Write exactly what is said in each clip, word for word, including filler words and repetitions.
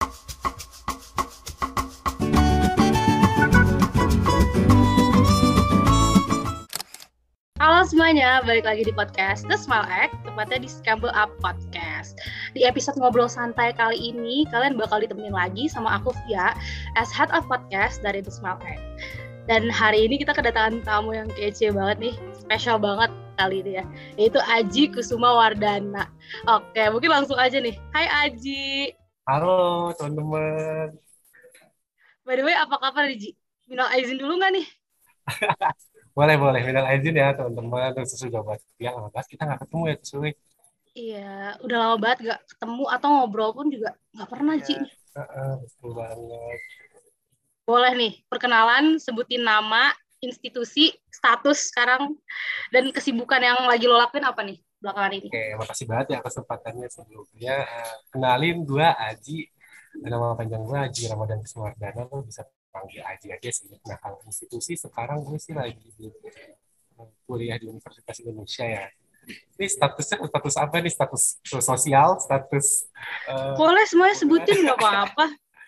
Halo semuanya, balik lagi di podcast The Smile Act, tepatnya di Scramble Up Podcast. Di episode ngobrol santai kali ini, kalian bakal ditemenin lagi sama aku Via as Head of Podcast dari The Smile Act. Dan hari ini kita kedatangan tamu yang kece banget nih, spesial banget kali ini ya, yaitu Aji Kusuma Wardana. Oke, mungkin langsung aja nih. Hai Aji. Halo teman-teman. By the way, apa kabar Aji? Minal izin dulu nggak nih? Boleh boleh minal izin ya teman-teman. Terus sudah buat yang lama banget kita nggak ketemu ya cuy. Iya, udah lama banget nggak ketemu atau ngobrol pun juga nggak pernah Iya. Ji. Uh-uh, betul banget. Boleh nih, perkenalan, sebutin nama, institusi, status sekarang, dan kesibukan yang lagi lo lakuin apa nih belakangan ini? Oke, makasih banget ya kesempatannya sebelumnya. Uh, kenalin gue Aji. Nama panjang gue Aji Ramadan Kusumardana. Lo bisa panggil Aji aja sih. Nah kalau institusi sekarang gue sih lagi di, uh, kuliah di Universitas Indonesia ya. Ini statusnya status apa nih? Status sosial, status uh, Boleh semuanya sebutin, nggak apa-apa.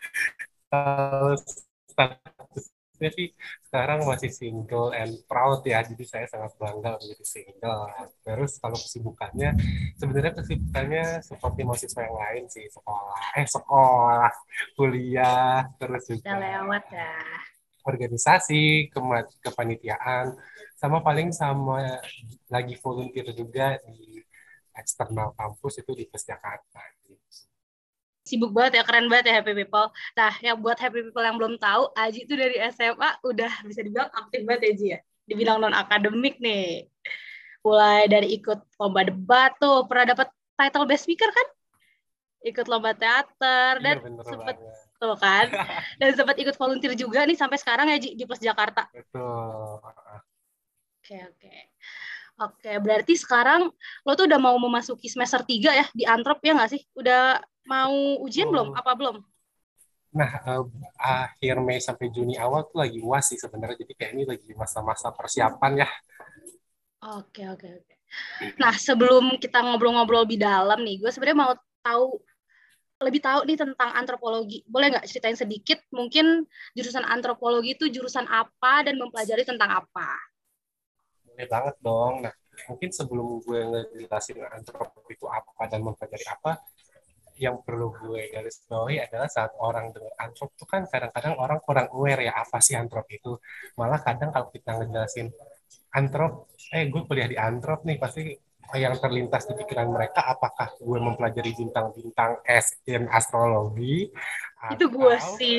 Kalau statusnya sih sekarang masih single and proud ya, jadi saya sangat bangga menjadi single. Terus kalau kesibukannya, sebenarnya kesibukannya seperti mahasiswa yang lain sih, sekolah, eh sekolah, kuliah, terus Udah juga lewat ya. organisasi, kema- kepanitiaan, sama paling sama lagi volunteer juga di eksternal kampus itu di P E S Jakarta. Sibuk banget ya, keren banget ya Happy People. Nah, yang buat Happy People yang belum tahu, Aji itu dari S M A udah bisa dibilang aktif banget ya Ji ya, di bidang non-akademik nih. Mulai dari ikut lomba debat tuh, pernah dapat title best speaker kan? Ikut lomba teater, Iya dan bener sempet banget. tuh kan, dan sempat ikut volunteer juga nih sampai sekarang ya Ji, di Plus Jakarta. Betul. Oke, oke. Oke, berarti sekarang lo tuh udah mau memasuki semester tiga ya di Antrop ya nggak sih? Udah mau ujian belum? Betul. Apa belum? Nah, eh, akhir Mei sampai Juni awal tuh lagi U A S sih sebenarnya. Jadi kayak ini lagi masa-masa persiapan ya. Oke, oke, oke. Nah, sebelum kita ngobrol-ngobrol lebih dalam nih, gue sebenarnya mau tahu lebih tahu nih tentang antropologi. Boleh nggak ceritain sedikit? Mungkin jurusan antropologi itu jurusan apa dan mempelajari tentang apa? Boleh banget dong. Nah, mungkin sebelum gue ngejelasin antropometri itu apa dan mempelajari apa, yang perlu gue garis bawahi adalah saat orang dengar antrop itu kan kadang-kadang orang kurang aware ya apa sih antrop itu. Malah kadang kalau kita ngejelasin antrop, eh gue kuliah di antrop nih, pasti yang terlintas di pikiran mereka apakah gue mempelajari bintang-bintang es in astrologi Itu gue atau sih.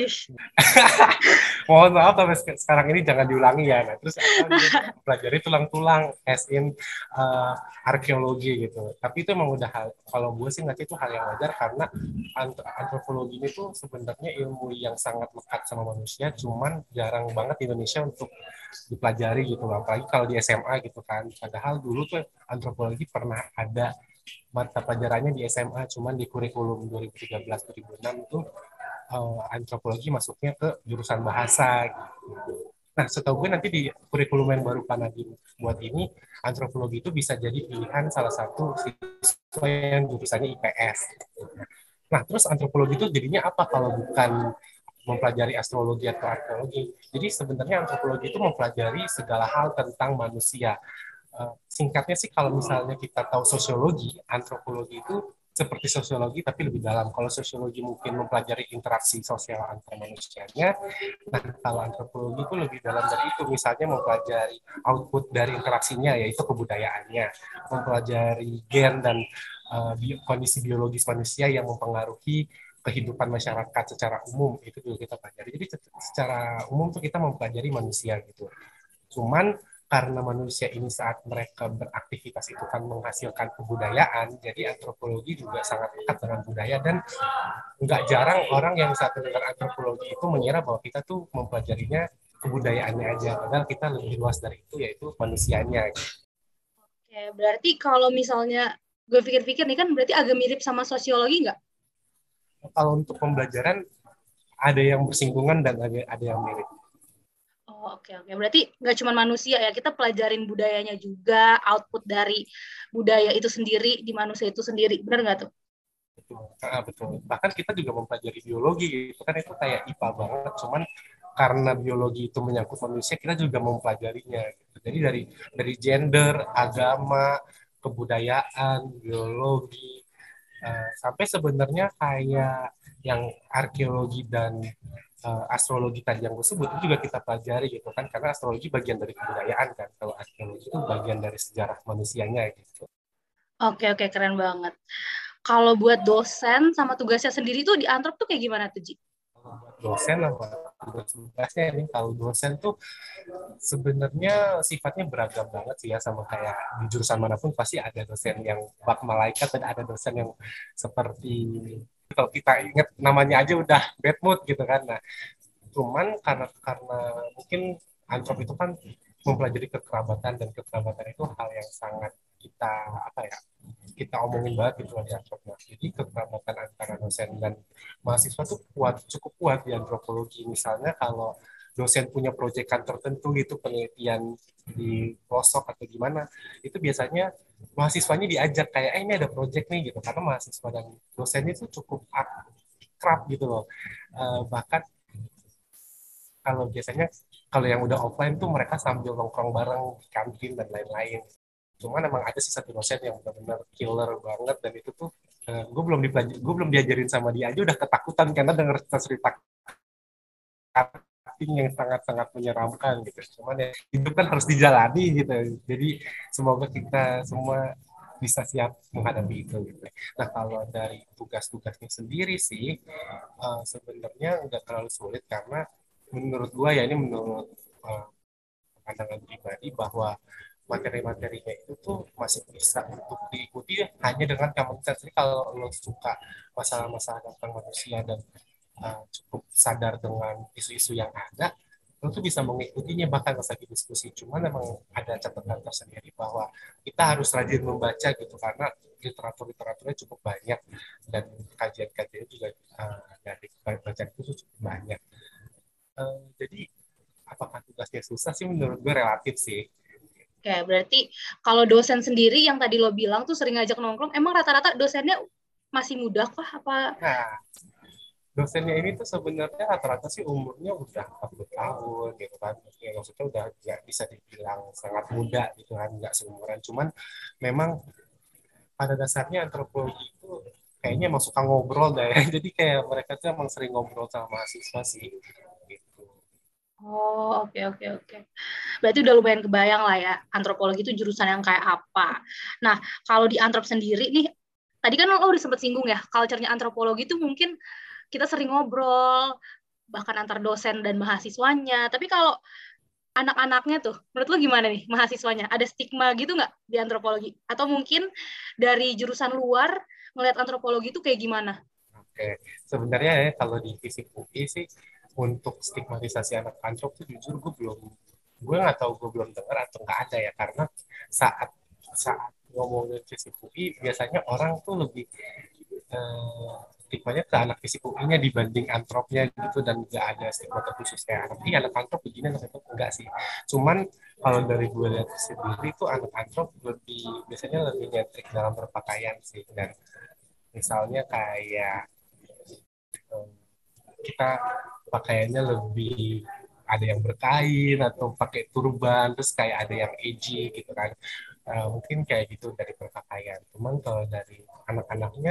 mohon maaf tapi sekarang ini jangan diulangi ya. Nah, terus apa gue pelajari tulang-tulang as in uh, arkeologi gitu. Tapi itu emang udah hal, kalau gue sih ngerti itu hal yang wajar karena antropologi ini tuh sebenarnya ilmu yang sangat lekat sama manusia, cuman jarang banget di Indonesia untuk dipelajari gitu loh. Apalagi kalau di S M A gitu kan. Padahal dulu tuh antropologi pernah ada mata pelajarannya di S M A, cuman di kurikulum dua ribu tiga belas dua ribu enam itu uh, antropologi masuknya ke jurusan bahasa gitu. Nah, setahu gue nanti di kurikulum yang baru Panadi buat ini, antropologi itu bisa jadi pilihan salah satu siswa yang jurusannya I P S. Nah, terus antropologi itu jadinya apa kalau bukan mempelajari astrologi atau arkeologi? Jadi sebenarnya antropologi itu mempelajari segala hal tentang manusia. Uh, singkatnya sih kalau misalnya kita tahu sosiologi, antropologi itu seperti sosiologi tapi lebih dalam. Kalau sosiologi mungkin mempelajari interaksi sosial antar manusianya, nah kalau antropologi itu lebih dalam dari itu. Misalnya mempelajari output dari interaksinya, yaitu kebudayaannya, mempelajari gen dan uh, bi- kondisi biologis manusia yang mempengaruhi kehidupan masyarakat secara umum, itu juga kita pelajari. Jadi secara umum tuh kita mempelajari manusia gitu. Cuman karena manusia ini saat mereka beraktivitas itu kan menghasilkan kebudayaan, jadi antropologi juga sangat dekat dengan budaya dan nggak jarang orang yang saat mendengar antropologi itu mengira bahwa kita tuh mempelajarinya kebudayaannya aja, padahal kita lebih luas dari itu yaitu manusianya. Oke, berarti kalau misalnya gue pikir-pikir nih kan berarti agak mirip sama sosiologi nggak? Kalau untuk pembelajaran ada yang bersinggungan dan ada, ada yang mirip. Oh, oke, oke. Berarti nggak cuma manusia ya, kita pelajarin budayanya juga, output dari budaya itu sendiri, di manusia itu sendiri. Benar nggak tuh? betul. Ah, betul. Bahkan kita juga mempelajari biologi gitu kan, itu kayak I P A banget, cuman karena biologi itu menyangkut manusia, kita juga mempelajarinya gitu. Jadi dari dari gender, agama, kebudayaan, biologi, eh, sampai sebenarnya kayak yang arkeologi dan eh, astrologi tadi yang gue sebut itu juga kita pelajari gitu kan, karena astrologi bagian dari kebudayaan kan, kalau arkeologi itu bagian dari sejarah manusianya gitu. Oke, oke, keren banget. Kalau buat dosen sama tugasnya sendiri tuh di Antrop tuh kayak gimana tuh, Ji? Dosen apa tugas-tugasnya ini, kalau dosen tuh sebenarnya sifatnya beragam banget sih ya, sama kayak di jurusan manapun pasti ada dosen yang bak malaikat dan ada dosen yang seperti kalau kita ingat namanya aja udah bad mood gitu kan. Nah, cuman karena karena mungkin antrop itu kan mempelajari kekerabatan, dan kekerabatan itu hal yang sangat kita apa ya, kita omongin banget gitu di antrop. Nah, jadi kekerabatan antara dosen dan mahasiswa tuh kuat, cukup kuat di antropologi. Misalnya kalau dosen punya proyekan tertentu gitu, penelitian di pelosok atau gimana, itu biasanya mahasiswanya diajak kayak, eh ini ada proyek nih gitu, karena mahasiswa dan dosennya itu cukup akrab gitu loh. Eh, bahkan kalau biasanya kalau yang udah offline tuh mereka sambil nongkrong bareng di kantin dan lain-lain. Cuman emang ada sih satu dosen yang benar-benar killer banget, dan itu tuh eh, gue belum dipelajari, gue belum diajarin sama dia aja udah ketakutan karena denger cerita cutting yang sangat-sangat menyeramkan gitu. Cuman ya itu kan harus dijalani gitu. Jadi semoga kita semua bisa siap menghadapi itu gitu. Nah, kalau dari tugas-tugasnya sendiri sih eh, sebenarnya nggak terlalu sulit, karena menurut gua ya, ini menurut eh, pandangan pribadi, bahwa materi-materinya itu tuh masih bisa untuk diikuti ya, hanya dengan common sense. Jadi kalau lo suka masalah-masalah tentang manusia dan uh, cukup sadar dengan isu-isu yang ada, lo tuh bisa mengikutinya, bahkan pas lagi diskusi. Cuman memang ada catatan tersendiri bahwa kita harus rajin membaca gitu, karena literatur-literaturnya cukup banyak, dan kajian-kajiannya juga uh, dari bacaan itu cukup banyak. Uh, jadi apakah tugasnya susah sih, menurut gue relatif sih. Oke, berarti kalau dosen sendiri yang tadi lo bilang tuh sering ngajak nongkrong, emang rata-rata dosennya masih muda kah? Apa? Nah, dosennya ini tuh sebenarnya rata-rata sih umurnya udah empat puluh tahun gitu kan. Ya, maksudnya udah nggak bisa dibilang sangat muda gitu kan, nggak seumuran. Cuman memang pada dasarnya antropologi itu kayaknya emang suka ngobrol deh. Jadi kayak mereka tuh emang sering ngobrol sama mahasiswa sih. Gitu. Oh, oke, oke, oke. Berarti udah lumayan kebayang lah ya, antropologi itu jurusan yang kayak apa. Nah, kalau di antrop sendiri nih, tadi kan lo udah sempet singgung ya, culture-nya antropologi itu mungkin kita sering ngobrol, bahkan antar dosen dan mahasiswanya. Tapi kalau anak-anaknya tuh, menurut lo gimana nih mahasiswanya? Ada stigma gitu nggak di antropologi? Atau mungkin dari jurusan luar ngelihat antropologi itu kayak gimana? Oke, sebenarnya ya kalau di fisik U I sih, untuk stigmatisasi anak antrop tuh jujur gue belum, gue nggak tahu, gue belum dengar atau nggak ada ya, karena saat saat ngomongin fisik U I biasanya orang tuh lebih eh, stigmanya ke anak fisik U I-nya dibanding antropnya gitu, dan nggak ada stigma terkhusus kayak nanti anak antrop begini, anak antrop enggak sih. Cuman kalau dari gue lihat sendiri tuh anak antrop lebih biasanya lebih nyentrik dalam berpakaian sih, dan misalnya kayak eh, kita pakaiannya lebih ada yang berkain atau pakai turban, terus kayak ada yang edgy gitu kan. Eh, mungkin kayak gitu dari berpakaian. Cuman kalau dari anak-anaknya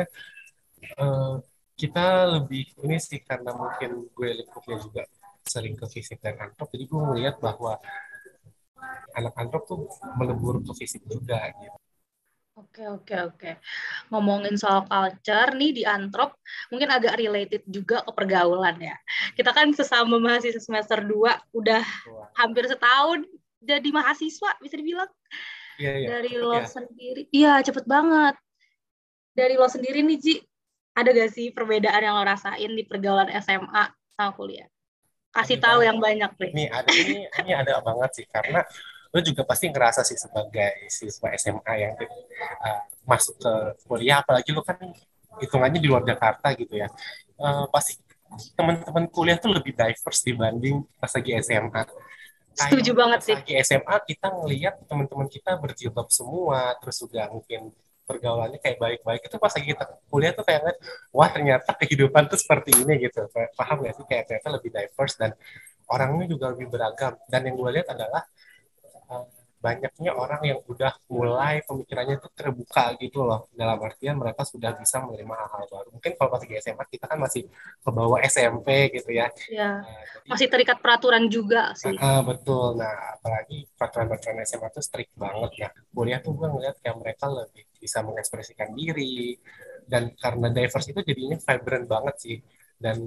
eh, kita lebih ini sih, karena mungkin gue lingkupnya juga sering ke fisik dan antrop, jadi gue melihat bahwa anak antrop tuh melebur ke fisik juga gitu. Oke, oke, oke. Ngomongin soal culture nih di Antrop, mungkin agak related juga ke pergaulan ya. Kita kan sesama mahasiswa semester dua, udah Wah, hampir setahun jadi mahasiswa, bisa dibilang. iya iya Dari cepet lo ya. sendiri, iya cepet banget. Dari lo sendiri nih, Ji, ada gak sih perbedaan yang lo rasain di pergaulan S M A sama kuliah? Kasih Ada tahu banget. yang banyak, nih. Nih ada ini ini ada banget sih, karena lo juga pasti ngerasa sih sebagai siswa S M A yang uh, masuk ke kuliah, apalagi lo kan hitungannya di luar Jakarta gitu ya. Uh, pasti teman-teman kuliah tuh lebih diverse dibanding pas lagi S M A. Kayak Setuju mungkin banget pas sih. lagi S M A kita ngelihat teman-teman kita berjilbab semua, terus juga mungkin pergaulannya kayak baik-baik. Itu pas lagi kita kuliah tuh kayak ngeliat, wah ternyata kehidupan tuh seperti ini gitu. Paham gak sih? Kayak ternyata lebih diverse dan orangnya juga lebih beragam. Dan yang gue lihat adalah uh, banyaknya orang yang udah mulai pemikirannya tuh terbuka gitu loh. Dalam artian mereka sudah bisa menerima hal-hal baru. Mungkin kalau pas di S M A kita kan masih ke bawah S M P gitu ya. Ya, Uh, jadi masih terikat peraturan juga uh, sih. uh, betul. Nah, apalagi peraturan-peraturan S M A tuh strict banget ya. Kuliah tuh gue ngeliat kayak mereka lebih bisa mengekspresikan diri. Dan karena diverse itu jadinya vibrant banget sih. Dan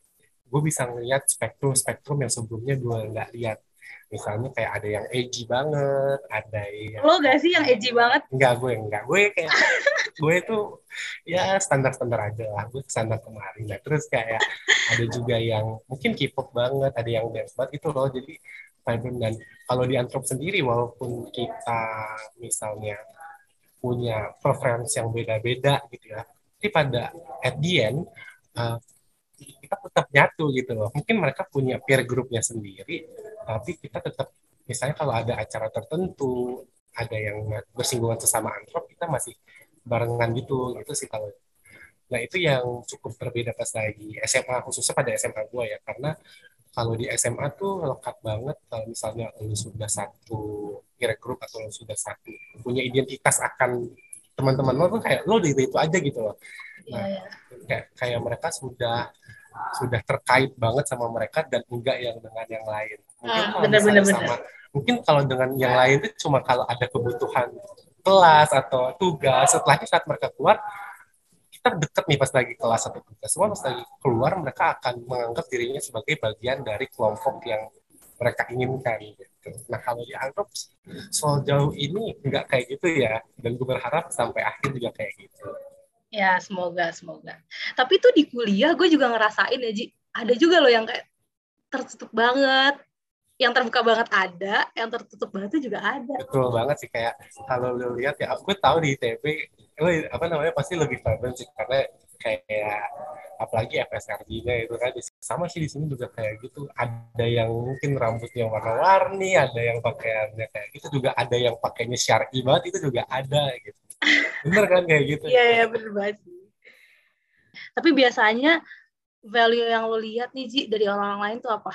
gue bisa ngeliat spektrum-spektrum yang sebelumnya gue nggak lihat. Misalnya kayak ada yang edgy banget, ada yang Lo gak pop sih yang edgy banget. banget? Enggak, gue enggak. Gue kayak gue itu ya standar-standar aja lah. Gue standar kemarin. Nah, terus kayak ada juga yang mungkin K-pop banget, ada yang dance banget itu loh. Jadi vibrant. Dan kalau di Antrop sendiri, walaupun kita misalnya punya preference yang beda-beda gitu ya, tapi pada at the end uh, kita tetap nyatu gitu loh. Mungkin mereka punya peer groupnya sendiri, tapi kita tetap, misalnya kalau ada acara tertentu, ada yang bersinggungan sesama antrop, kita masih barengan gitu, itu sih kalau. Nah itu yang cukup berbeda pas lagi S M A, khususnya pada S M A gue ya, karena kalau di S M A tuh lekat banget kalau misalnya lu sudah satu peer group atau lu sudah satu punya identitas akan teman-teman lo tuh kayak lo itu itu aja gitu loh. Iya, Nah, ya. kayak, kayak mereka sudah sudah terkait banget sama mereka dan enggak yang dengan yang lain. Mungkin Hmm, kalau bener-bener misalnya bener. sama, mungkin kalau dengan yang lain itu cuma kalau ada kebutuhan kelas atau tugas, setelahnya saat mereka keluar, kita deket nih pas lagi kelas atau tugas. Semua pas lagi keluar, mereka akan menganggap dirinya sebagai bagian dari kelompok yang mereka inginkan gitu. Nah kalau dianggap sejauh ini nggak kayak gitu ya, dan gue berharap sampai akhir juga kayak gitu. Ya, semoga, semoga. Tapi tuh di kuliah gue juga ngerasain ya, Ji. Ada juga loh yang kayak tertutup banget. Yang terbuka banget ada, yang tertutup banget tuh juga ada. Betul banget sih, kayak kalau lu lihat ya, aku tahu di I T B lu apa namanya pasti lebih vibrant sih, karena kayak apalagi F S R D-nya itu kan sama sih di sini juga kayak gitu. Ada yang mungkin rambutnya warna-warni, ada yang pakaiannya kayak gitu, juga ada yang pakainya syar'i banget, itu juga ada gitu. Bener kan kayak gitu? Iya, ya, bener banget sih. Tapi biasanya value yang lo lihat nih, Ji, dari orang lain tuh apa?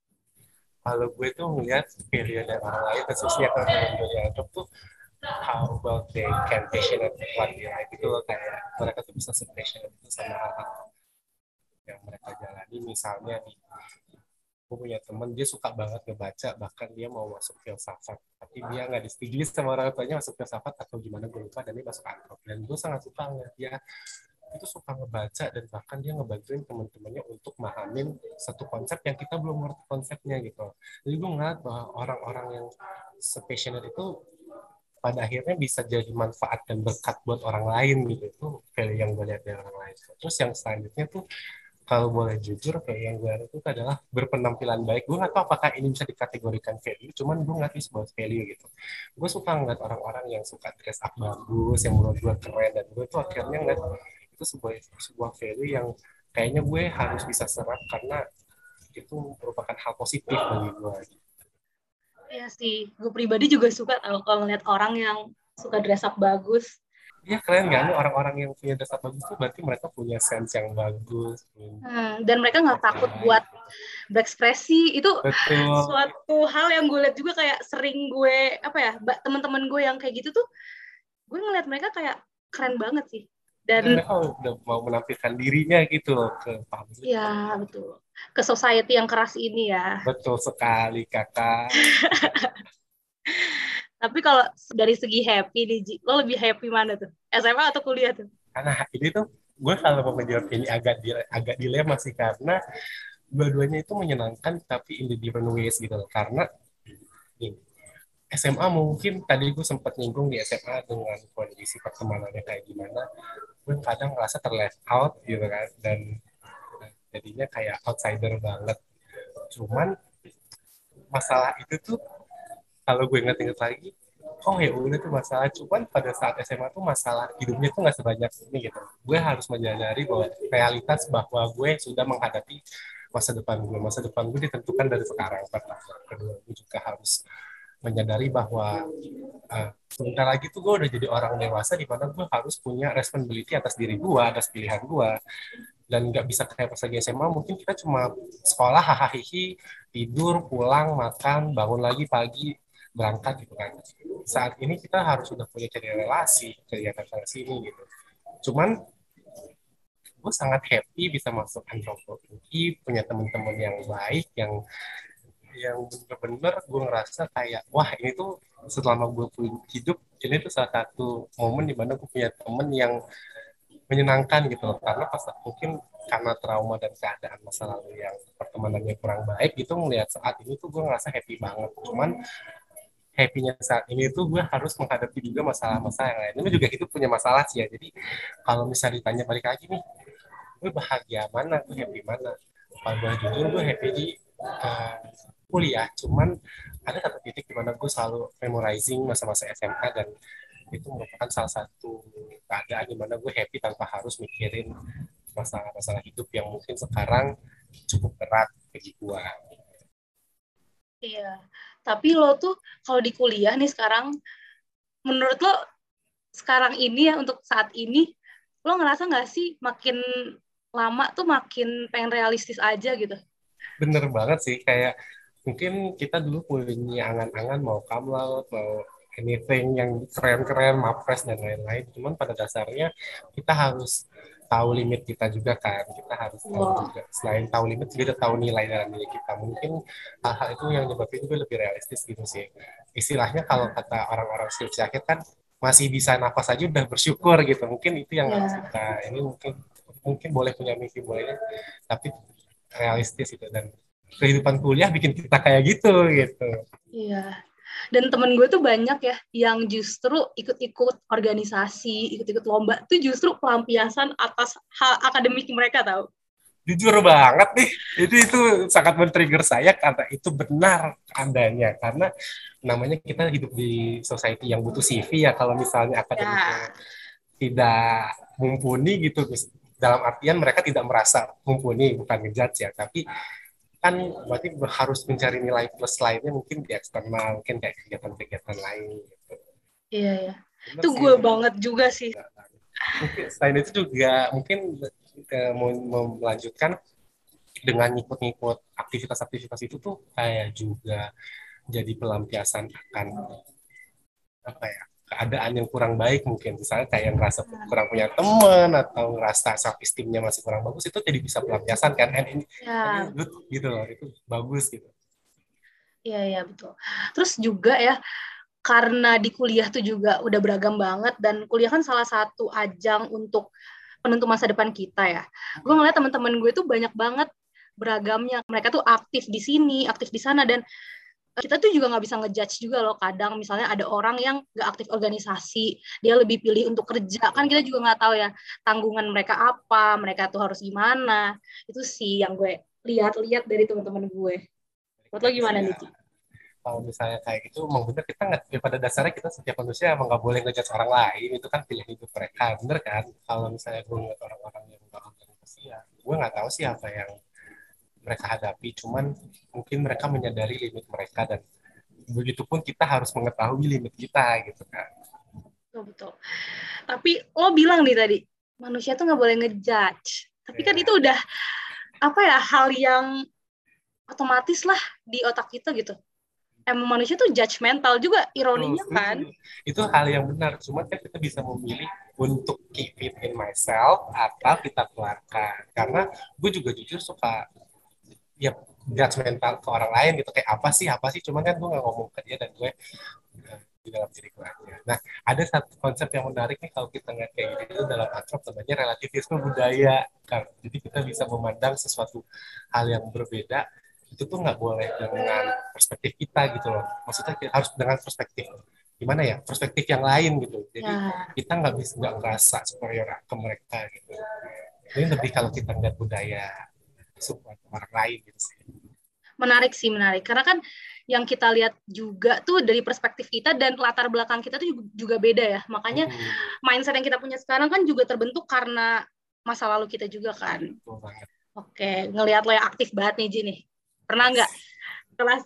Kalau gue tuh ngeliat periode orang lain, khususnya kalau dalam dunia YouTube tuh, how about they can passionate with what they like, gitu loh. Kayak mereka tuh bisa se-passionate itu sama hal yang mereka jalani. Misalnya nih, gue punya temen, dia suka banget ngebaca, bahkan dia mau masuk filsafat, tapi dia nggak disetujui sama orang tuanya masuk filsafat atau gimana gue lupa, dan dia masuk antrop. Dan gue sangat suka ngeliat dia itu suka ngebaca, dan bahkan dia ngebantuin teman-temannya untuk mahamin satu konsep yang kita belum ngerti konsepnya gitu. Jadi gue ngeliat bahwa orang-orang yang se-passionate itu pada akhirnya bisa jadi manfaat dan berkat buat orang lain gitu. Itu value yang gue lihat dari orang lain. Terus yang selanjutnya tuh, kalau boleh jujur, kayak yang gue lihat itu adalah berpenampilan baik. Gue nggak tahu apakah ini bisa dikategorikan value, cuman gue nggak sebuah value gitu. Gue suka ngeliat orang-orang yang suka dress up bagus, yang menurut gue keren, dan gue tuh akhirnya ngeliat itu sebuah sebuah value yang kayaknya gue harus bisa serap, karena itu merupakan hal positif bagi gue. Iya sih, gue pribadi juga suka kalau kalau ngeliat orang yang suka dress up bagus. Iya keren kan, orang-orang yang punya dress up bagus tuh berarti mereka punya sense yang bagus. Hmm, dan mereka nggak takut buat berekspresi. Itu Betul. suatu hal yang gue lihat juga, kayak sering gue apa ya, teman-teman gue yang kayak gitu tuh, gue ngeliat mereka kayak keren banget sih. Dan Dan mereka udah mau menampilkan dirinya gitu loh ke publik. ya betul, ke society yang keras ini ya. Betul sekali kakak. Tapi kalau dari segi happy nih, Ji, lo lebih happy mana tuh? S M A atau kuliah tuh? Karena ini tuh gue kalau mau menjawab ini agak di, agak dilema sih, karena dua-duanya itu menyenangkan tapi in the different ways gitu loh. Karena ini, S M A mungkin tadi gue sempat nyinggung di S M A dengan kondisi pertemanannya kayak gimana, gue kadang ngerasa terleft out gitu kan, dan jadinya kayak outsider banget. Cuman masalah itu tuh kalau gue inget-inget lagi, oh ya udah tuh masalah, cuman pada saat S M A tuh masalah hidupnya tuh nggak sebanyak ini gitu. Gue harus menyadari bahwa realitas bahwa gue sudah menghadapi masa depan gue. Masa depan gue ditentukan dari sekarang. Pertama, kedua, gue juga harus menyadari bahwa uh, sebentar lagi tuh gue udah jadi orang dewasa di mana gue harus punya responsibility atas diri gue, atas pilihan gue, dan nggak bisa kayak pas lagi S M A mungkin kita cuma sekolah hahaha tidur pulang makan bangun lagi pagi berangkat gitu kan. Saat ini kita harus sudah punya cari relasi kegiatan sana sini gitu. Cuman gue sangat happy bisa masuk antropologi, punya teman-teman yang baik, yang yang bener-bener gue ngerasa kayak wah ini tuh selama gue punya hidup ini tuh salah satu momen di mana gue punya temen yang menyenangkan gitu loh. Karena pas mungkin karena trauma dan keadaan masa lalu yang pertemanannya kurang baik itu melihat saat ini tuh gue ngerasa happy banget. Cuman happy-nya saat ini tuh gue harus menghadapi juga masalah-masalah yang lain. Ini juga hidup punya masalah sih ya. Jadi kalau misalnya ditanya balik lagi nih, gue bahagia mana, gue happy mana? Kalau gue jujur, gue happy di uh, kuliah. Cuman ada satu titik di mana gue selalu memorizing masa-masa S M A dan itu merupakan salah satu keadaan di mana gue happy tanpa harus mikirin masalah-masalah hidup yang mungkin sekarang cukup berat bagi gue. Iya, tapi lo tuh kalau di kuliah nih sekarang, menurut lo sekarang ini ya untuk saat ini, lo ngerasa nggak sih makin lama tuh makin pengen realistis aja gitu? Bener banget sih, kayak mungkin kita dulu punya angan-angan mau kamlaut, mau anything yang keren-keren, mapres dan lain-lain. Cuman pada dasarnya kita harus tahu limit kita juga kan. Kita harus tahu Wow. juga. Selain tahu limit, kita tahu nilai dalam diri kita. Mungkin hal-hal itu yang nyebabin gue lebih realistis gitu sih. Istilahnya kalau kata orang-orang skripsi akhir kan masih bisa nafas aja udah bersyukur gitu. Mungkin itu yang harus Ya, kita ini mungkin mungkin boleh punya mimpi boleh, tapi realistis itu dan kehidupan kuliah bikin kita kayak gitu gitu. iya. Dan temen gue tuh banyak ya yang justru ikut-ikut organisasi, ikut-ikut lomba tuh justru pelampiasan atas hal akademik mereka tau. Jujur banget nih, itu itu sangat men-trigger saya karena itu benar adanya. Karena namanya kita hidup di society yang butuh C V ya. Kalau misalnya akademiknya Ya, tidak mumpuni gitu, dalam artian mereka tidak merasa mumpuni, bukan ngejudge ya, tapi kan berarti harus mencari nilai plus lainnya mungkin di eksternal, mungkin kayak kegiatan-kegiatan lain gitu. iya ya. Benar Itu sih. gue banget juga sih. Mungkin selain itu juga mungkin eh, mau, mau melanjutkan dengan ngikut-ngikut aktivitas-aktivitas itu tuh kayak juga jadi pelampiasan akan apa ya keadaan yang kurang baik mungkin misalnya kayak yang ngerasa kurang punya teman atau ngerasa self esteemnya masih kurang bagus itu jadi bisa pelampiasan kan and ini ini Ya, good gitu loh itu bagus gitu. iya ya betul. Terus juga ya karena di kuliah tuh juga udah beragam banget dan kuliah kan salah satu ajang untuk penentu masa depan kita ya. Gue ngeliat teman-teman gue tuh banyak banget beragamnya. Mereka tuh aktif di sini, aktif di sana dan kita tuh juga nggak bisa ngejudge juga loh kadang misalnya ada orang yang nggak aktif organisasi dia lebih pilih untuk kerja kan kita juga nggak tahu ya tanggungan mereka apa mereka tuh harus gimana itu sih yang gue lihat-lihat dari teman-teman gue menurut lo gimana nih Ci? Kalau misalnya kayak gitu emang bener kita nggak ya pada dasarnya kita setiap manusia emang nggak boleh ngejudge orang lain itu kan pilihan hidup mereka bener kan kalau misalnya gue ngeliat orang-orang yang nggak organisasi ya gue nggak tahu sih apa yang mereka hadapi cuman mungkin mereka menyadari limit mereka dan begitupun kita harus mengetahui limit kita gitu kan. Betul, betul. Tapi lo bilang nih tadi manusia tuh nggak boleh ngejudge tapi kan Ya, itu udah apa ya hal yang otomatis lah di otak kita gitu emang manusia tuh judgmental juga betul, ironinya setuju. kan. Itu hal yang benar. Cuma kan kita bisa memilih untuk keep it in myself atau kita keluarkan. Karena gue juga jujur suka ya judgmental ke orang lain gitu. Kayak apa sih, apa sih. Cuman kan gue gak ngomong ke dia dan gue eh, di dalam diri gue aja. Nah, ada satu konsep yang menarik nih kalau kita nggak kayak gitu itu dalam antrop namanya relativisme budaya. Kan? Jadi kita bisa memandang sesuatu hal yang berbeda itu tuh nggak boleh dengan perspektif kita gitu loh. Maksudnya kita harus dengan perspektif gimana ya perspektif yang lain gitu. Jadi Ya, kita nggak bisa nggak ngerasa superior ke mereka gitu. Ini lebih kalau kita ngeliat budaya support orang lain gitu sih. menarik sih, menarik. Karena kan yang kita lihat juga tuh dari perspektif kita dan latar belakang kita tuh juga beda ya. Makanya Hmm, mindset yang kita punya sekarang kan juga terbentuk karena masa lalu kita juga kan. betul banget. Oke, ngelihat lo yang aktif banget nih, Ji nih. Pernah nggak Yes. ngerasain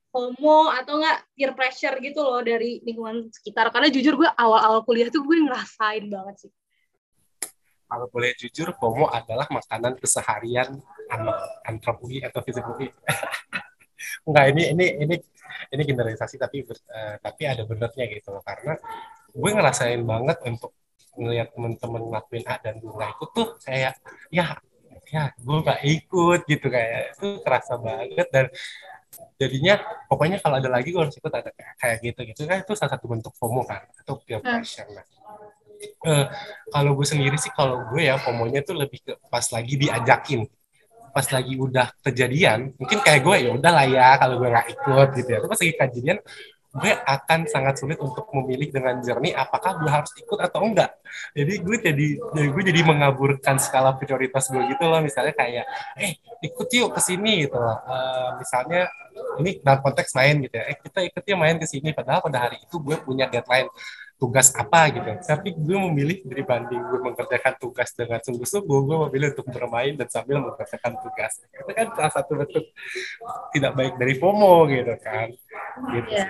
FOMO atau enggak peer pressure gitu loh dari lingkungan sekitar. Karena jujur gue awal-awal kuliah tuh gue ngerasain banget sih. Kalau boleh jujur, FOMO adalah makanan keseharian anak antropologi atau fisikologi. Enggak, ini ini ini ini generalisasi tapi uh, tapi ada benernya gitu loh. Karena gue ngerasain banget untuk ngelihat temen-temen ngelakuin A dan gue nggak ikut tuh kayak ya ya gue nggak ikut gitu, kayak itu kerasa banget. Dan jadinya pokoknya kalau ada lagi gue harus ikut, ada kayak, kayak gitu gitu kan, itu salah satu bentuk FOMO kan atau peer Hmm. pressure. Nah, uh, kalau gue sendiri sih, kalau gue ya FOMO-nya tuh lebih ke pas lagi diajakin, pas lagi udah kejadian mungkin kayak gue ya udah lah ya kalau gue nggak ikut gitu ya. Tapi pas lagi kejadian gue akan sangat sulit untuk memilih dengan jernih apakah gue harus ikut atau enggak. Jadi gue jadi, jadi gue jadi mengaburkan skala prioritas gue gitu loh. Misalnya kayak, eh ikut yuk ke sini gitu loh. Uh, misalnya ini dalam konteks main gitu ya. Eh kita ikut yuk main ke sini. Padahal pada hari itu gue punya deadline tugas apa gitu. Tapi gue memilih dibanding gue mengerjakan tugas dengan sungguh-sungguh, gue memilih untuk bermain dan sambil mengerjakan tugas. Itu kan salah satu bentuk tidak baik dari FOMO gitu kan. Gitu Ya. sih.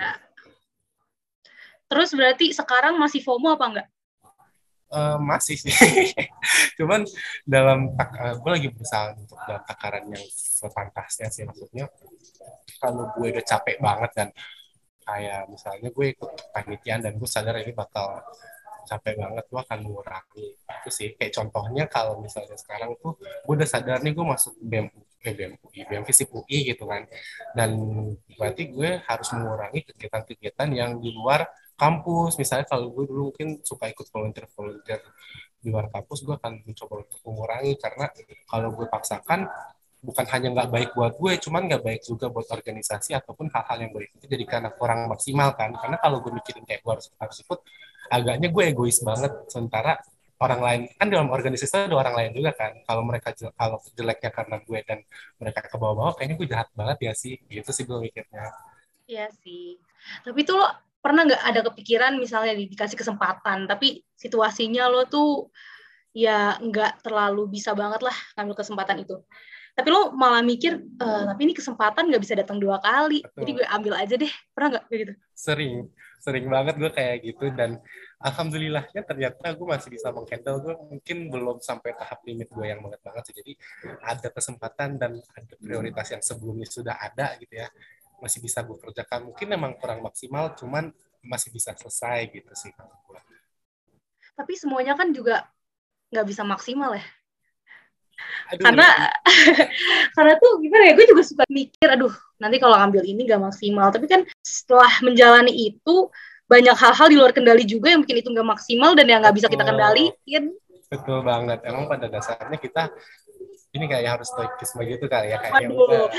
Terus berarti sekarang masih FOMO apa enggak? Uh, masih sih. Cuman dalam tak, uh, gue lagi berusaha untuk dalam takaran yang sepantasnya sih. Maksudnya kalau gue udah capek banget dan kayak misalnya gue ikut panitian dan gue sadar ini bakal capek banget, gue akan mengurangi itu sih. Kayak contohnya kalau misalnya sekarang tuh gue udah sadar nih gue masuk BEM eh, BEM U I, BEM Fisip U I gitu kan, dan berarti gue harus mengurangi kegiatan-kegiatan yang di luar kampus. Misalnya kalau gue dulu mungkin suka ikut volunteer-volunteer di luar kampus, gue akan mencoba untuk mengurangi, karena kalau gue paksakan bukan hanya nggak baik buat gue, cuman nggak baik juga buat organisasi ataupun hal-hal yang berikutnya, jadi karena kurang maksimal kan. Karena kalau gue mikirin kayak gue harus harus ikut, agaknya gue egois banget. Sementara orang lain kan dalam organisasi ada orang lain juga kan, kalau mereka kalau jeleknya karena gue dan mereka ke bawah-bawah, kayaknya gue jahat banget ya sih, gitu sih gue mikirnya. Iya sih. Tapi tuh lo pernah nggak ada kepikiran misalnya dikasih kesempatan, tapi situasinya lo tuh ya nggak terlalu bisa banget lah ngambil kesempatan itu. Tapi lo malah mikir, e, tapi ini kesempatan nggak bisa datang dua kali, Betul. jadi gue ambil aja deh. Pernah nggak kayak gitu? Sering, sering banget gue kayak gitu. Dan alhamdulillahnya ternyata gue masih bisa menghandle. Gue mungkin belum sampai tahap limit gue yang banget banget sih. Jadi ada kesempatan dan ada prioritas yang sebelumnya sudah ada gitu ya, masih bisa gue kerjakan. Mungkin memang kurang maksimal, cuman masih bisa selesai gitu sih kalau gue. Tapi semuanya kan juga nggak bisa maksimal ya. Aduh, karena karena tuh gimana ya, gue juga suka mikir, aduh nanti kalau ambil ini gak maksimal. Tapi kan setelah menjalani itu banyak hal-hal di luar kendali juga yang bikin itu gak maksimal dan yang gak bisa kita kendaliin. Betul banget. Emang pada dasarnya kita ini kayak harus stoikisme gitu kali ya, kayak udah.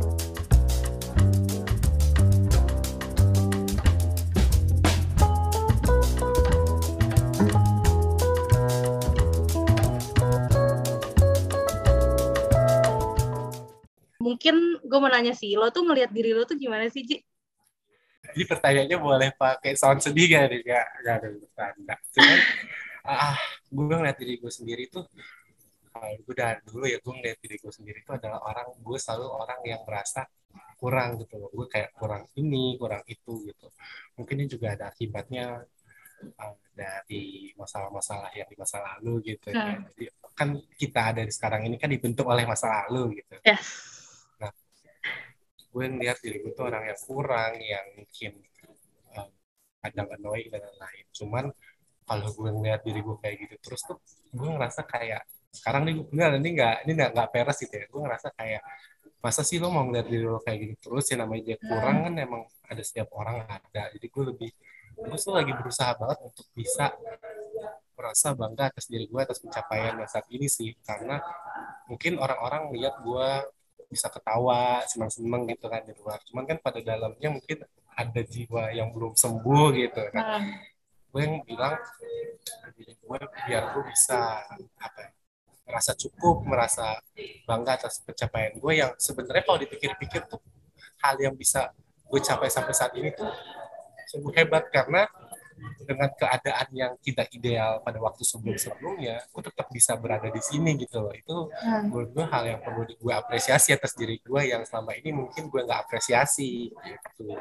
Mungkin gue mau nanya sih, lo tuh ngelihat diri lo tuh gimana sih, Ji? Jadi pertanyaannya boleh pakai sound sedih gak nih? Gak, gak ada bercanda. Cuman, ah, gue ngeliat diri gue sendiri tuh, kalau gue dari dulu ya, gue ngeliat diri gue sendiri tuh adalah orang, gue selalu orang yang merasa kurang gitu loh. Gue kayak kurang ini, kurang itu gitu. Mungkin ini juga ada akibatnya uh, dari masalah-masalah yang di masa lalu gitu ya. Hmm. Jadi kan kita ada di sekarang ini kan dibentuk oleh masa lalu gitu. Yes. Nah, gue ngeliat diri gue tuh orang yang kurang, yang mungkin uh, kadang annoying dan lain-lain. Cuman kalau gue ngeliat diri gue kayak gitu terus tuh, gue ngerasa kayak sekarang nih gue ini nggak ini nggak nggak peres gitu ya. Gue ngerasa kayak masa sih lo mau ngeliat diri lo kayak gitu terus, ya namanya dia kurang kan, emang ada setiap orang ada. Jadi gue lebih gue tuh lagi berusaha banget untuk bisa merasa bangga atas diri gue, atas pencapaian yang saat ini sih. Karena mungkin orang-orang lihat gue bisa ketawa, senang-senang gitu kan di luar. Cuman kan pada dalamnya mungkin ada jiwa yang belum sembuh gitu. Nah, Hmm. gue yang bilang diri gue biar gue bisa apa ya, merasa cukup, merasa bangga atas pencapaian gue yang sebenarnya kalau dipikir-pikir tuh hal yang bisa gue capai sampai saat ini tuh sungguh hebat. Karena dengan keadaan yang tidak ideal pada waktu sebelum-sebelumnya, aku tetap bisa berada di sini gitu loh. Itu Hmm. menurut gue hal yang perlu gue apresiasi atas diri gue yang selama ini mungkin gue nggak apresiasi gitu.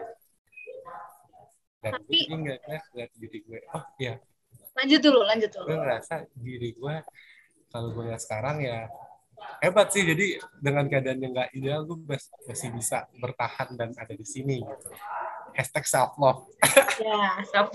Dan gue Tapi jadi nggak ngeliat diri gue, oh ya, lanjut dulu, lanjut dulu. gue ngerasa diri gue kalau gue lihat sekarang ya hebat sih. Jadi dengan keadaan yang nggak ideal, gue masih bisa bertahan dan ada di sini gitu. Hashtag self love. Ya, siap.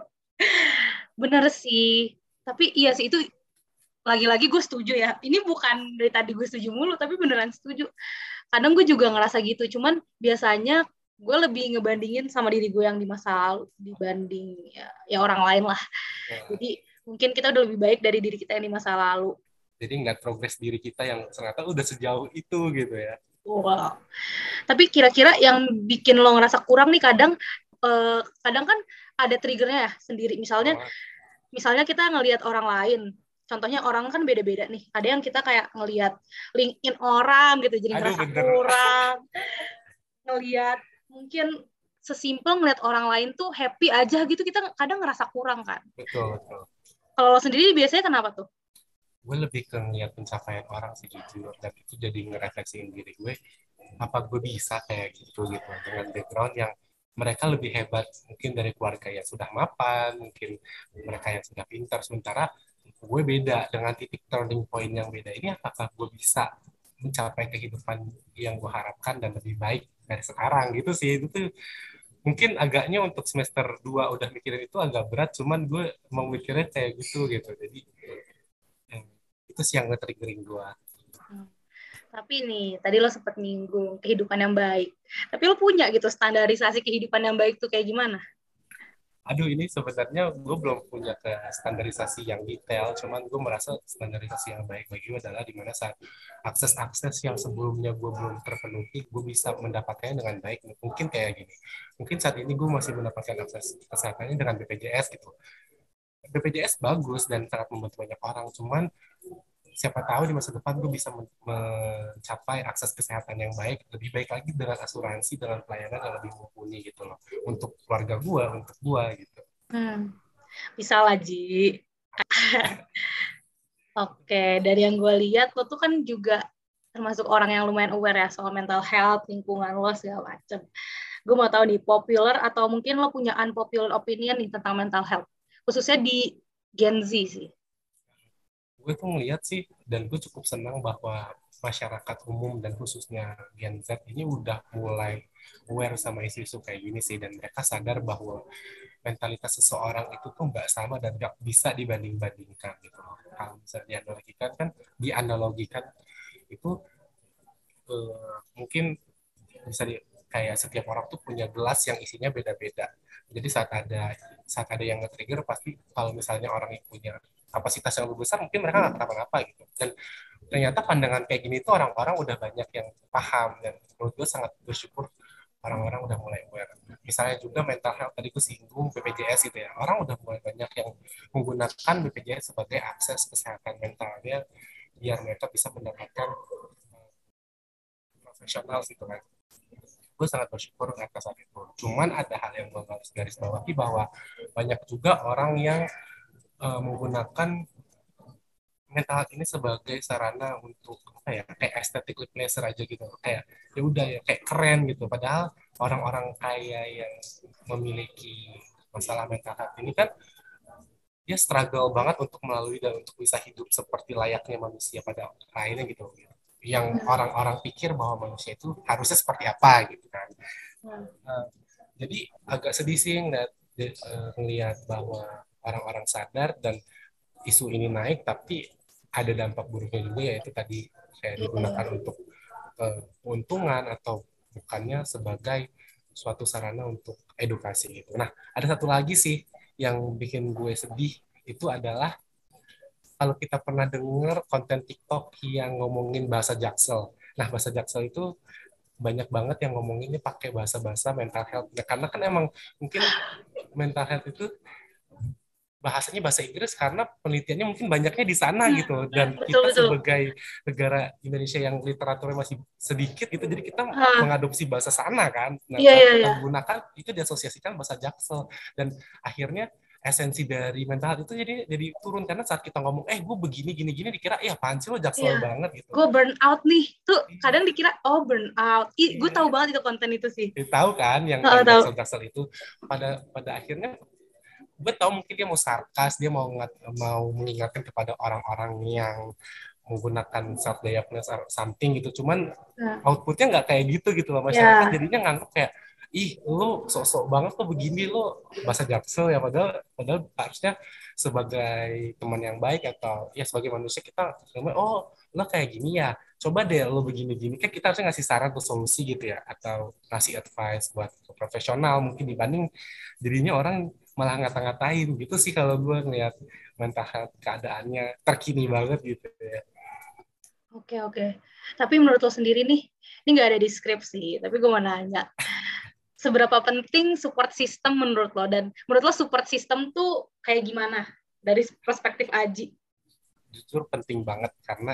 Bener sih. Tapi iya sih, itu lagi-lagi gue setuju ya. Ini bukan dari tadi gue setuju mulu, tapi beneran setuju. Kadang gue juga ngerasa gitu. Cuman biasanya gue lebih ngebandingin sama diri gue yang di masa lalu dibanding ya, ya orang lain lah. Jadi mungkin kita udah lebih baik dari diri kita yang di masa lalu. Jadi ngeliat progres diri kita yang ternyata udah sejauh itu gitu ya. Wow. Tapi kira-kira yang bikin lo ngerasa kurang nih kadang, eh, kadang kan ada triggernya ya sendiri. Misalnya, Oh, misalnya kita ngelihat orang lain. Contohnya orang kan beda-beda nih. Ada yang kita kayak ngelihat LinkedIn orang gitu, jadi aduh ngerasa bener. kurang. Ngelihat mungkin sesimpel ngelihat orang lain tuh happy aja gitu, kita kadang ngerasa kurang kan. Betul, betul. Kalau lo sendiri biasanya kenapa tuh? Gue lebih ke ngeliat pencapaian orang sih jujur. Dan itu jadi ngerefleksiin diri gue. Apa gue bisa kayak gitu gitu. Dengan background yang mereka lebih hebat mungkin dari keluarga yang sudah mapan, mungkin mereka yang sudah pintar. Sementara gue beda dengan titik turning point yang beda ini. Apakah gue bisa mencapai kehidupan yang gue harapkan dan lebih baik dari sekarang gitu sih. Itu tuh mungkin agaknya untuk semester dua udah mikirin itu agak berat, cuman gue mau mikirnya kayak gitu gitu. Jadi eh, itu sih yang nge-triggering gue. Hmm. Tapi nih, tadi lo sempat nyinggung kehidupan yang baik. Tapi lo punya gitu standarisasi kehidupan yang baik tuh kayak gimana? Aduh, ini sebenarnya gue belum punya ke standarisasi yang detail, cuman gue merasa standarisasi yang baik bagi gue adalah di mana saat akses-akses yang sebelumnya gue belum terpenuhi, gue bisa mendapatkannya dengan baik. Mungkin kayak gini, mungkin saat ini gue masih mendapatkan akses kesehatannya dengan B P J S gitu. B P J S bagus dan sangat membantu banyak orang, cuman siapa tahu di masa depan gue bisa men- mencapai akses kesehatan yang baik, lebih baik lagi dengan asuransi, dengan pelayanan yang lebih mumpuni gitu loh, untuk keluarga gue, untuk gue gitu. Hmm, bisa lah, Ji. Oke, dari yang gue lihat, lo tuh kan juga termasuk orang yang lumayan aware ya soal mental health, lingkungan lo, segala macem. Gue mau tahu nih, popular atau mungkin lo punya unpopular opinion nih tentang mental health, khususnya di Gen Z sih. Gue tuh ngeliat sih, dan gue cukup senang bahwa masyarakat umum dan khususnya Gen Z ini udah mulai aware sama isu-isu kayak gini sih, dan mereka sadar bahwa mentalitas seseorang itu tuh nggak sama dan nggak bisa dibanding-bandingkan gitu loh. Kalau misalnya dianalogikan kan, dianalogikan itu eh, mungkin bisa di, kayak setiap orang tuh punya gelas yang isinya beda-beda. Jadi saat ada saat ada yang nge-trigger, pasti kalau misalnya orang yang punya kapasitas yang lebih besar, mungkin mereka nggak kenapa-napa gitu. Dan ternyata pandangan kayak gini tuh orang-orang udah banyak yang paham, dan menurut gue sangat bersyukur orang-orang udah mulai aware. Misalnya juga mental health, tadi gue singgung B P J S gitu ya. Orang udah mulai banyak yang menggunakan B P J S sebagai akses kesehatan mentalnya biar mereka bisa mendapatkan eh, profesional gitu kan. Gue sangat bersyukur atas hal itu. Cuman ada hal yang gue harus garis bawahi, bahwa banyak juga orang yang uh, menggunakan mental health ini sebagai sarana untuk apa ya, kayak aesthetically pleasure aja gitu, kayak ya udah ya kayak keren gitu. Padahal orang-orang kaya yang memiliki masalah mental health ini kan dia struggle banget untuk melalui dan untuk bisa hidup seperti layaknya manusia pada lainnya gitu, yang orang-orang pikir bahwa manusia itu harusnya seperti apa gitu kan. Uh, jadi agak sedih sih ngeliat, uh, ngeliat bahwa orang-orang sadar dan isu ini naik, tapi ada dampak buruknya juga, yaitu tadi kayak digunakan untuk uh, keuntungan atau bukannya sebagai suatu sarana untuk edukasi gitu. Nah, ada satu lagi sih yang bikin gue sedih, itu adalah kalau kita pernah dengar konten TikTok yang ngomongin bahasa Jaksel. Nah, bahasa Jaksel itu banyak banget yang ngomonginnya pakai bahasa-bahasa mental health. Ya, karena kan emang mungkin mental health itu bahasanya bahasa Inggris karena penelitiannya mungkin banyaknya di sana gitu, dan Betul, kita betul. sebagai negara Indonesia yang literaturnya masih sedikit gitu, jadi kita Hah, mengadopsi bahasa sana kan. Nah, iya, saat iya, kita iya. gunakan itu diasosiasikan bahasa Jaksel, dan akhirnya esensi dari mental health itu jadi jadi turun karena saat kita ngomong eh gue begini gini gini dikira ya apaan sih lo jaksel Iya, banget gitu. gue burn out nih. Tuh Iya, kadang dikira, oh burn out. Ih, gue tahu iya. banget itu konten itu sih. Jadi tahu kan yang Tahu yang tahu. jaksel jaksel itu pada pada akhirnya gue tahu mungkin dia mau sarkas, dia mau ngat- mau mengingatkan kepada orang-orang yang menggunakan self diagnosis or something gitu. Cuman Nah, outputnya nggak kayak gitu gitu loh. Masyarakat ya, jadinya nganggap kayak ih lu sok-sok banget tuh begini lu bahasa jaksel ya padahal padahal harusnya sebagai teman yang baik atau ya sebagai manusia kita oh lo kayak gini ya coba deh lo begini-gini kan kita harusnya ngasih saran atau solusi gitu ya atau ngasih advice buat ke profesional mungkin dibanding jadinya orang malah ngata-ngatain gitu sih kalau gue ngeliat mental health keadaannya terkini banget gitu ya. oke oke. Tapi menurut lo sendiri nih, ini nggak ada di skrip sih, tapi gue mau nanya, seberapa penting support system menurut lo? Dan menurut lo support system tuh kayak gimana dari perspektif Aji? Jujur penting banget karena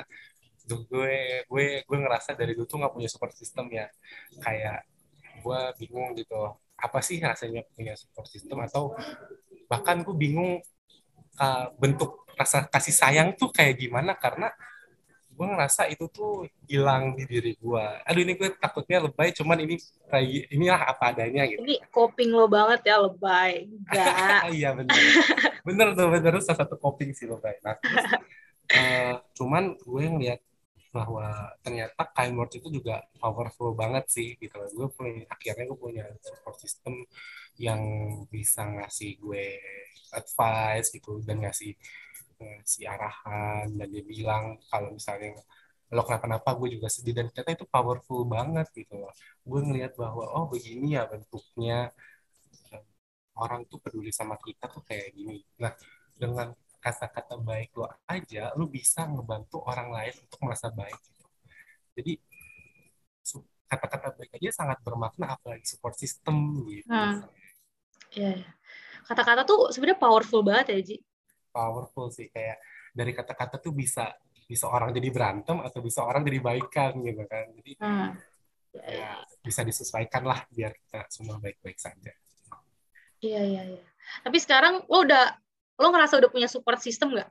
gue gue gue ngerasa dari dulu tuh nggak punya support system ya kayak gue bingung gitu apa sih rasanya punya support system atau bahkan gue bingung uh, bentuk rasa kasih sayang tuh kayak gimana karena gue ngerasa itu tuh hilang di diri gue. Aduh ini gue takutnya lebay, cuman ini kayak inilah apa adanya gitu. Ini coping lo banget ya, lebay. Enggak. Iya bener, bener tuh bener tuh salah satu coping sih lebay. Nah terus uh, cuman gue ngeliat bahwa ternyata kind word itu juga powerful banget sih gitu. Gue punya akhirnya gue punya support system yang bisa ngasih gue advice gitu dan ngasih ngasih arahan dan dia bilang kalau misalnya lo kenapa-napa gue juga sedih dan ternyata itu powerful banget gitu loh. Gue ngelihat bahwa oh begini ya bentuknya orang tuh peduli sama kita tuh kayak gini. Nah dengan kata-kata baik lo aja lo bisa ngebantu orang lain untuk merasa baik. Jadi su- kata-kata baik aja sangat bermakna apalagi support system gitu. Hmm, ya. Kata-kata tuh sebenarnya powerful banget ya, Ji. Powerful sih kayak dari kata-kata tuh bisa bisa orang jadi berantem atau bisa orang jadi baikan gitu kan. Jadi Hmm, ya, ya ya, ya. bisa disesuaikan lah biar kita semua baik-baik saja. Iya, iya, iya. Tapi sekarang lo udah, lo ngerasa udah punya support system nggak?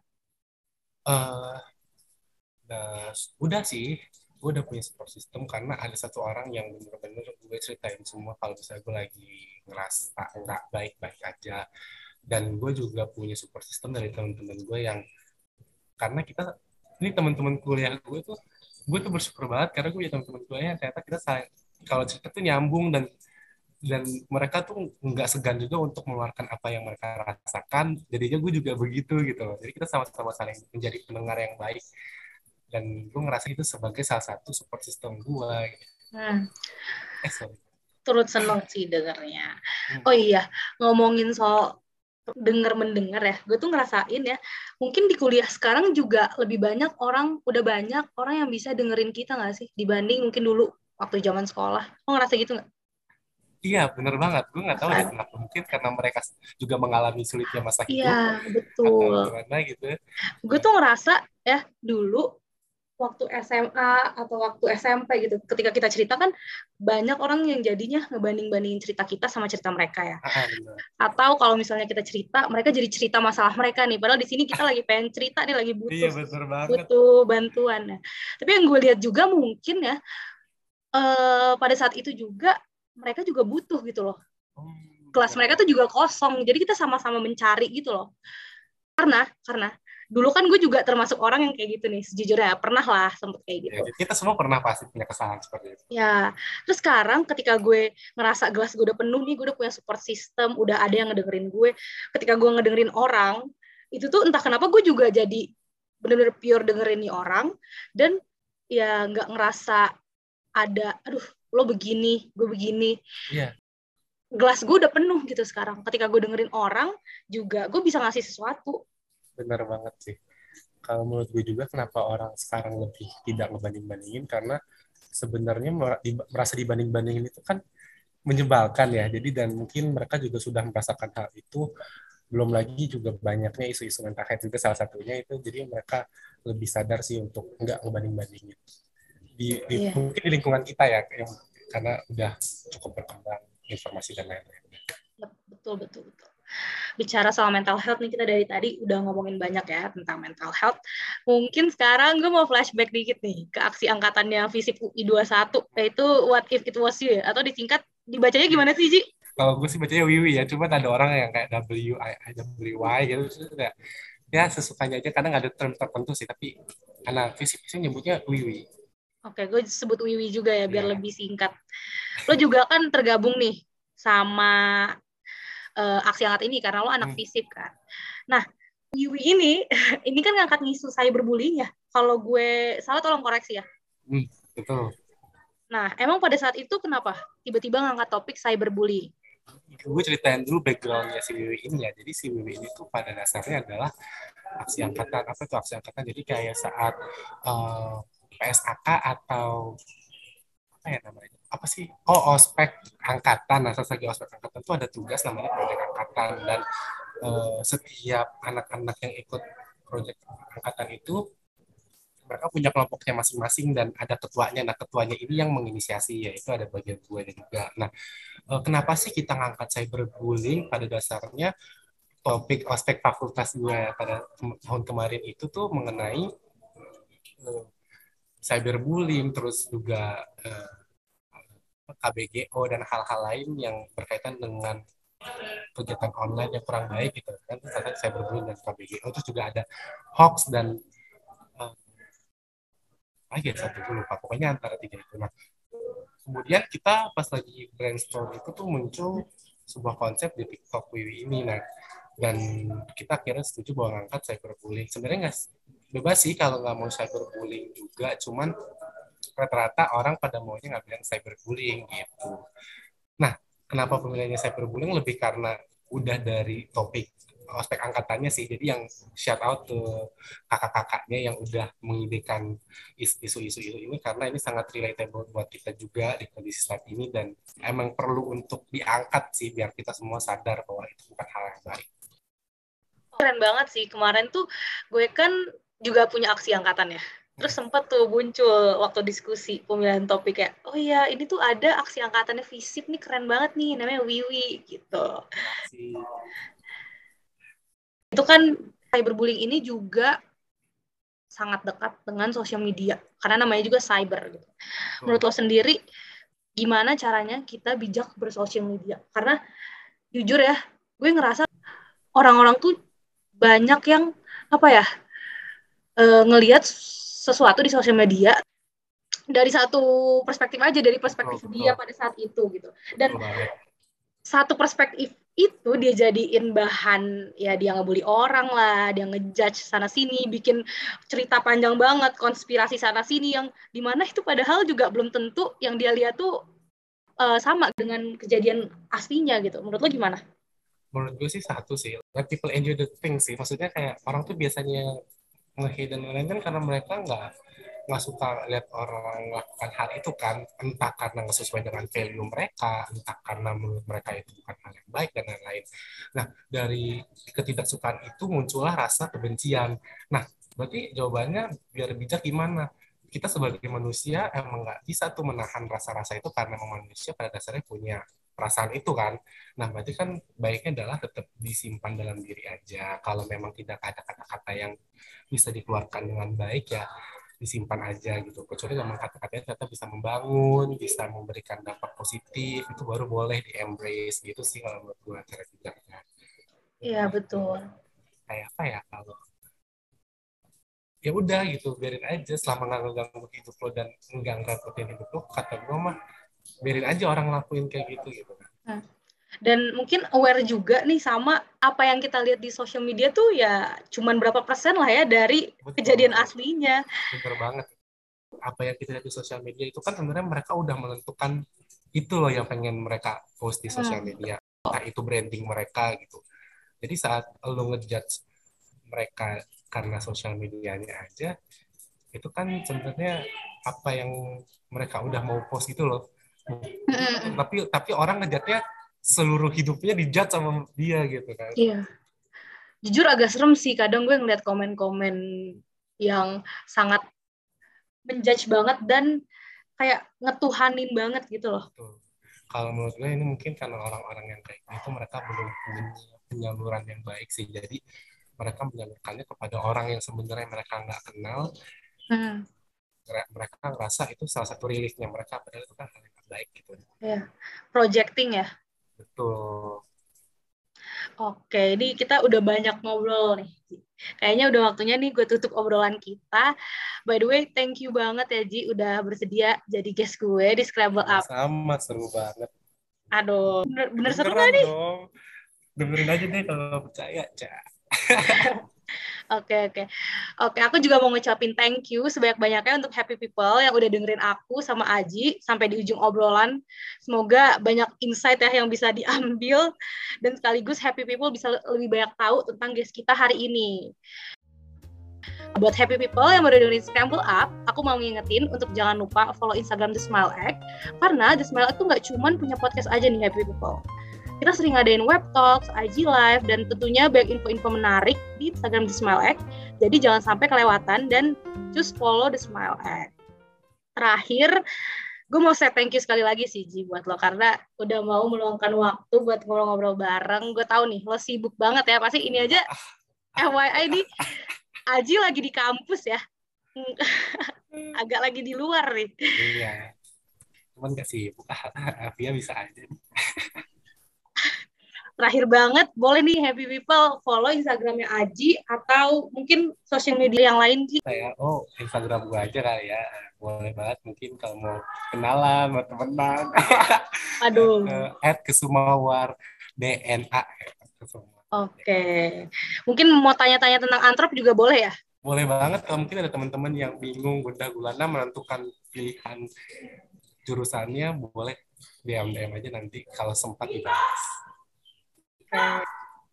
eh udah, udah sih, gue udah punya support system karena ada satu orang yang bener-bener gue ceritain semua kalau misalnya gue lagi ngerasa nggak baik-baik aja. Dan gue juga punya support system dari teman-teman gue yang karena kita ini teman-teman kuliah gue tuh gue tuh bersyukur banget karena gue punya teman-teman kuliah yang ternyata kita saling, kalau cerita tuh nyambung dan dan mereka tuh nggak segan juga untuk mengeluarkan apa yang mereka rasakan jadinya gue juga begitu gitu loh jadi kita sama-sama saling menjadi pendengar yang baik dan gue ngerasa itu sebagai salah satu support system gue gitu. Hmm, eh sorry. turut seneng sih dengernya. Hmm. Oh iya, ngomongin soal denger mendengar ya, gue tuh ngerasain ya, mungkin di kuliah sekarang juga lebih banyak orang, udah banyak orang yang bisa dengerin kita nggak sih, dibanding mungkin dulu waktu zaman sekolah. Lo ngerasa gitu nggak? Iya bener banget gue nggak tahu deh Kan? kenapa mungkin karena mereka juga mengalami sulitnya masa Iya, hidup atau betul. gimana gitu. Gue tuh ngerasa ya dulu waktu S M A atau waktu S M P gitu, ketika kita cerita kan banyak orang yang jadinya ngebanding-bandingin cerita kita sama cerita mereka ya. Ah, bener. Atau kalau misalnya kita cerita, mereka jadi cerita masalah mereka nih. Padahal di sini kita lagi pengen cerita nih, lagi Iya butuh bener banget. butuh bantuan. Ya. Tapi yang gue lihat juga mungkin ya, eh, pada saat itu juga mereka juga butuh gitu loh. Hmm, Kelas bener mereka tuh banget. juga kosong. Jadi kita sama-sama mencari gitu loh. Karena karena dulu kan gue juga termasuk orang yang kayak gitu nih. Sejujurnya pernah lah sempet kayak Ya, gitu. kita semua pernah pasti punya kesalahan seperti itu. Ya, terus sekarang ketika gue ngerasa gelas gue udah penuh nih, gue udah punya support system, udah ada yang ngedengerin gue. Ketika gue ngedengerin orang, itu tuh entah kenapa gue juga jadi bener-bener pure dengerin nih orang, dan ya nggak ngerasa ada, aduh, lo begini, gue begini. Iya, Gelas gue udah penuh gitu sekarang. Ketika gue dengerin orang, juga gue bisa ngasih sesuatu. bener banget sih. Kalau menurut gue juga kenapa orang sekarang lebih tidak ngebanding-bandingin karena sebenarnya merasa dibanding-bandingin itu kan menyebalkan ya. Jadi dan mungkin mereka juga sudah merasakan hal itu. Belum lagi juga banyaknya isu-isu mental health juga salah satunya itu. Jadi mereka lebih sadar sih untuk nggak ngebanding-bandingin. Di, di, Iya, mungkin di lingkungan kita ya, yang, karena udah cukup berkembang informasi dan lain-lain. betul, betul, betul. bicara soal mental health nih, kita dari tadi udah ngomongin banyak ya tentang mental health. Mungkin sekarang gue mau flashback dikit nih ke aksi angkatannya FISIP U I dua puluh satu, yaitu What If It Was You ya, atau disingkat dibacanya gimana sih, Ji? Kalau gue sih bacanya Wiwi ya, cuma ada orang yang kayak W I W Y gitu, terus kayak ya sesukanya aja, kadang ada term tertentu sih, tapi karena fisik sih nyebutnya Wiwi. Oke, gue sebut Wiwi juga ya, biar Ya. lebih singkat. Lo juga kan tergabung nih sama uh, aksi angkat ini, karena lo anak Hmm. FISIP kan. Nah, Wiwi ini, ini kan ngangkat isu cyberbullying ya. Kalau gue salah tolong koreksi ya. Hmm, betul. Nah, emang pada saat itu kenapa tiba-tiba ngangkat topik cyberbullying? Gue ceritain dulu backgroundnya si Wiwi ini ya. Jadi si Wiwi ini tuh pada dasarnya adalah aksi angkatan, apa tuh aksi angkatan? Jadi kayak saat uh, P S A K atau apa ya namanya? Apa sih? Oh, ospek angkatan. Nah, saat lagi ospek angkatan tuh ada tugas namanya proyek angkatan, dan uh, setiap anak-anak yang ikut proyek angkatan itu mereka punya kelompoknya masing-masing dan ada ketuanya. Nah, ketuanya ini yang menginisiasi, yaitu ada bagian gue juga. Nah, eh, kenapa sih kita ngangkat cyberbullying? Pada dasarnya topik ospek fakultas gue pada tahun kemarin itu tuh mengenai uh, cyberbullying, terus juga uh, K B G O dan hal-hal lain yang berkaitan dengan kegiatan online yang kurang baik gitu kan, terus cyberbullying dan K B G O, terus juga ada hoax dan uh, lagi ya satu gue lupa, pokoknya antara tiga itu. Nah, kemudian kita pas lagi brainstorm itu tuh muncul sebuah konsep di TikTok Wiwi ini. Nah, dan kita akhirnya setuju bahwa ngangkat cyberbullying. Sebenarnya nggak bebas sih kalau nggak mau cyberbullying juga, cuman rata-rata orang pada maunya nggak bilang cyberbullying gitu. Nah, kenapa pemilihannya cyberbullying? Lebih karena udah dari topik ospek angkatannya sih. Jadi yang shout out ke kakak-kakaknya yang udah mengidekan isu-isu ini, karena ini sangat relatable buat kita juga di kondisi saat ini, dan emang perlu untuk diangkat sih biar kita semua sadar bahwa itu bukan hal yang baik. Keren banget sih, kemarin tuh gue kan juga punya aksi angkatan ya. Terus sempat tuh muncul waktu diskusi pemilihan topik kayak, oh iya ini tuh ada aksi angkatannya FISIP nih, keren banget nih, namanya Wiwi gitu. Si Itu kan cyberbullying ini juga sangat dekat dengan sosial media, karena namanya juga cyber gitu. Menurut lo sendiri, gimana caranya kita bijak bersosial media? Karena jujur ya, gue ngerasa orang-orang tuh banyak yang apa ya, e, ngelihat sesuatu di sosial media dari satu perspektif aja, dari perspektif betul, dia betul. Pada saat itu gitu. Dan satu perspektif itu dia jadiin bahan, ya dia ngebully orang lah, dia ngejudge sana sini, bikin cerita panjang banget, konspirasi sana sini, yang dimana itu padahal juga belum tentu yang dia lihat tuh uh, sama dengan kejadian aslinya gitu. Menurut lo gimana? Menurut gue sih satu sih, let people enjoy the thing sih. Maksudnya kayak orang tuh biasanya nge-hate dan lain-lain kan karena mereka nggak nggak suka lihat orang melakukan hal itu kan, entah karena nggak sesuai dengan value mereka, entah karena menurut mereka itu bukan hal yang baik dan lain-lain. Nah, dari ketidaksukaan itu muncullah rasa kebencian. Nah, berarti jawabannya biar bijak gimana? Kita sebagai manusia emang nggak bisa tuh menahan rasa-rasa itu, karena memang manusia pada dasarnya punya perasaan itu kan. Nah, berarti kan baiknya adalah tetap disimpan dalam diri aja. Kalau memang tidak ada kata-kata yang bisa dikeluarkan dengan baik, ya disimpan aja gitu. Kecuali memang kata-katanya ternyata bisa membangun, bisa memberikan dampak positif, itu baru boleh di-embrace gitu sih kalau menurut gue cara bijaknya. Iya, betul. Kayak apa ya, kalau ya udah gitu, biarin aja selama nggak ngeganggu hidup lo dan nggak ngerepotin hidup lo, kata gue mah biarin aja orang lakuin kayak gitu gitu kan. Hmm. Dan mungkin aware juga nih sama apa yang kita lihat di sosial media tuh ya cuman berapa persen lah ya dari betul, kejadian aslinya. Bener banget. Apa yang kita lihat di sosial media itu kan sebenarnya mereka udah menentukan itu loh yang pengen mereka post di sosial media. Nah, itu branding mereka gitu. Jadi saat lo ngejudge mereka karena sosial medianya aja, itu kan sebenarnya apa yang mereka udah mau post itu loh. Mm-hmm. Tapi tapi orang ngejudge-nya seluruh hidupnya dijudge sama dia gitu kan. Iya. Jujur agak serem sih kadang gue ngeliat komen-komen yang sangat menjudge banget dan kayak ngetuhanin banget gitu loh. Betul. Kalau menurut gue ini mungkin karena orang-orang yang kayak gitu mereka belum punya penyaluran yang baik sih. Jadi mereka menyalurkannya kepada orang yang sebenarnya mereka nggak kenal. Hmm. Mereka ngerasa itu salah satu rilisnya mereka, padahal itu kan hal yang baik gitu. Ya, projecting ya. Betul. Oke, ini kita udah banyak ngobrol nih. Kayaknya udah waktunya nih gue tutup obrolan kita. By the way, thank you banget ya Ji udah bersedia jadi guest gue di Scrabble Up. Sama seru banget. Aduh, bener, bener seru Beneran gak nih? dong. Dengerin aja deh kalau percaya, Cak. Oke, oke. Oke, aku juga mau ngucapin thank you sebanyak-banyaknya untuk happy people yang udah dengerin aku sama Aji sampai di ujung obrolan. Semoga banyak insight ya yang bisa diambil dan sekaligus happy people bisa lebih banyak tahu tentang guest kita hari ini. Buat happy people yang baru dengerin Scramble Up, aku mau ngingetin untuk jangan lupa follow Instagram The Smile Egg, karena The Smile Egg tuh nggak cuma punya podcast aja nih happy people. Kita sering ngadain web talks, I G live, dan tentunya banyak info-info menarik di Instagram The Smile Egg. Jadi jangan sampai kelewatan dan just follow The Smile Egg. Terakhir, gue mau say thank you sekali lagi sih Ji buat lo karena udah mau meluangkan waktu buat ngobrol-ngobrol bareng. Gue tahu nih lo sibuk banget ya, pasti ini aja F Y I nih Aji lagi di kampus ya. Agak lagi di luar nih. Iya. Cuman gak sibuk. Via bisa aja. Terakhir banget, boleh nih happy people follow Instagramnya Aji atau mungkin sosial media yang lain Ji. Saya, oh Instagram gue aja kali ya. Boleh banget mungkin kalau mau kenalan, mau temenan. Aduh. At Kesumawar D N A. Oke. Mungkin mau tanya-tanya tentang antrop juga boleh ya? Boleh banget. Kalau mungkin ada teman-teman yang bingung gundah gulana menentukan pilihan jurusannya, boleh D M D M aja nanti kalau sempat dibahas. Oke.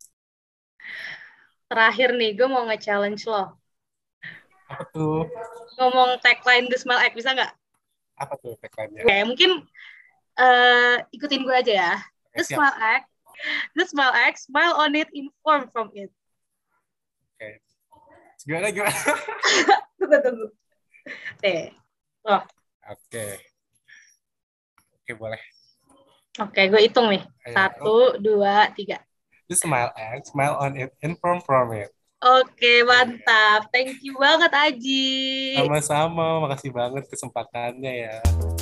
Terakhir nih, gue mau nge-challenge lo. Apa tuh? Ngomong tagline The Smile Egg, bisa nggak? Apa tuh tagline-nya? Oke, mungkin uh, ikutin gue aja ya. The Oke, Smile Egg, The Smile Egg, smile on it, inform from it. Oke. Gimana, gimana? Tunggu, tunggu. Oke. Oh. Oke. Oke, boleh. Oke, gue hitung nih. Ayo. Satu, dua, tiga. The Smile Egg, smile on it, inform from it. Oke, mantap. Thank you banget, Aji. Sama-sama, makasih banget kesempatannya ya.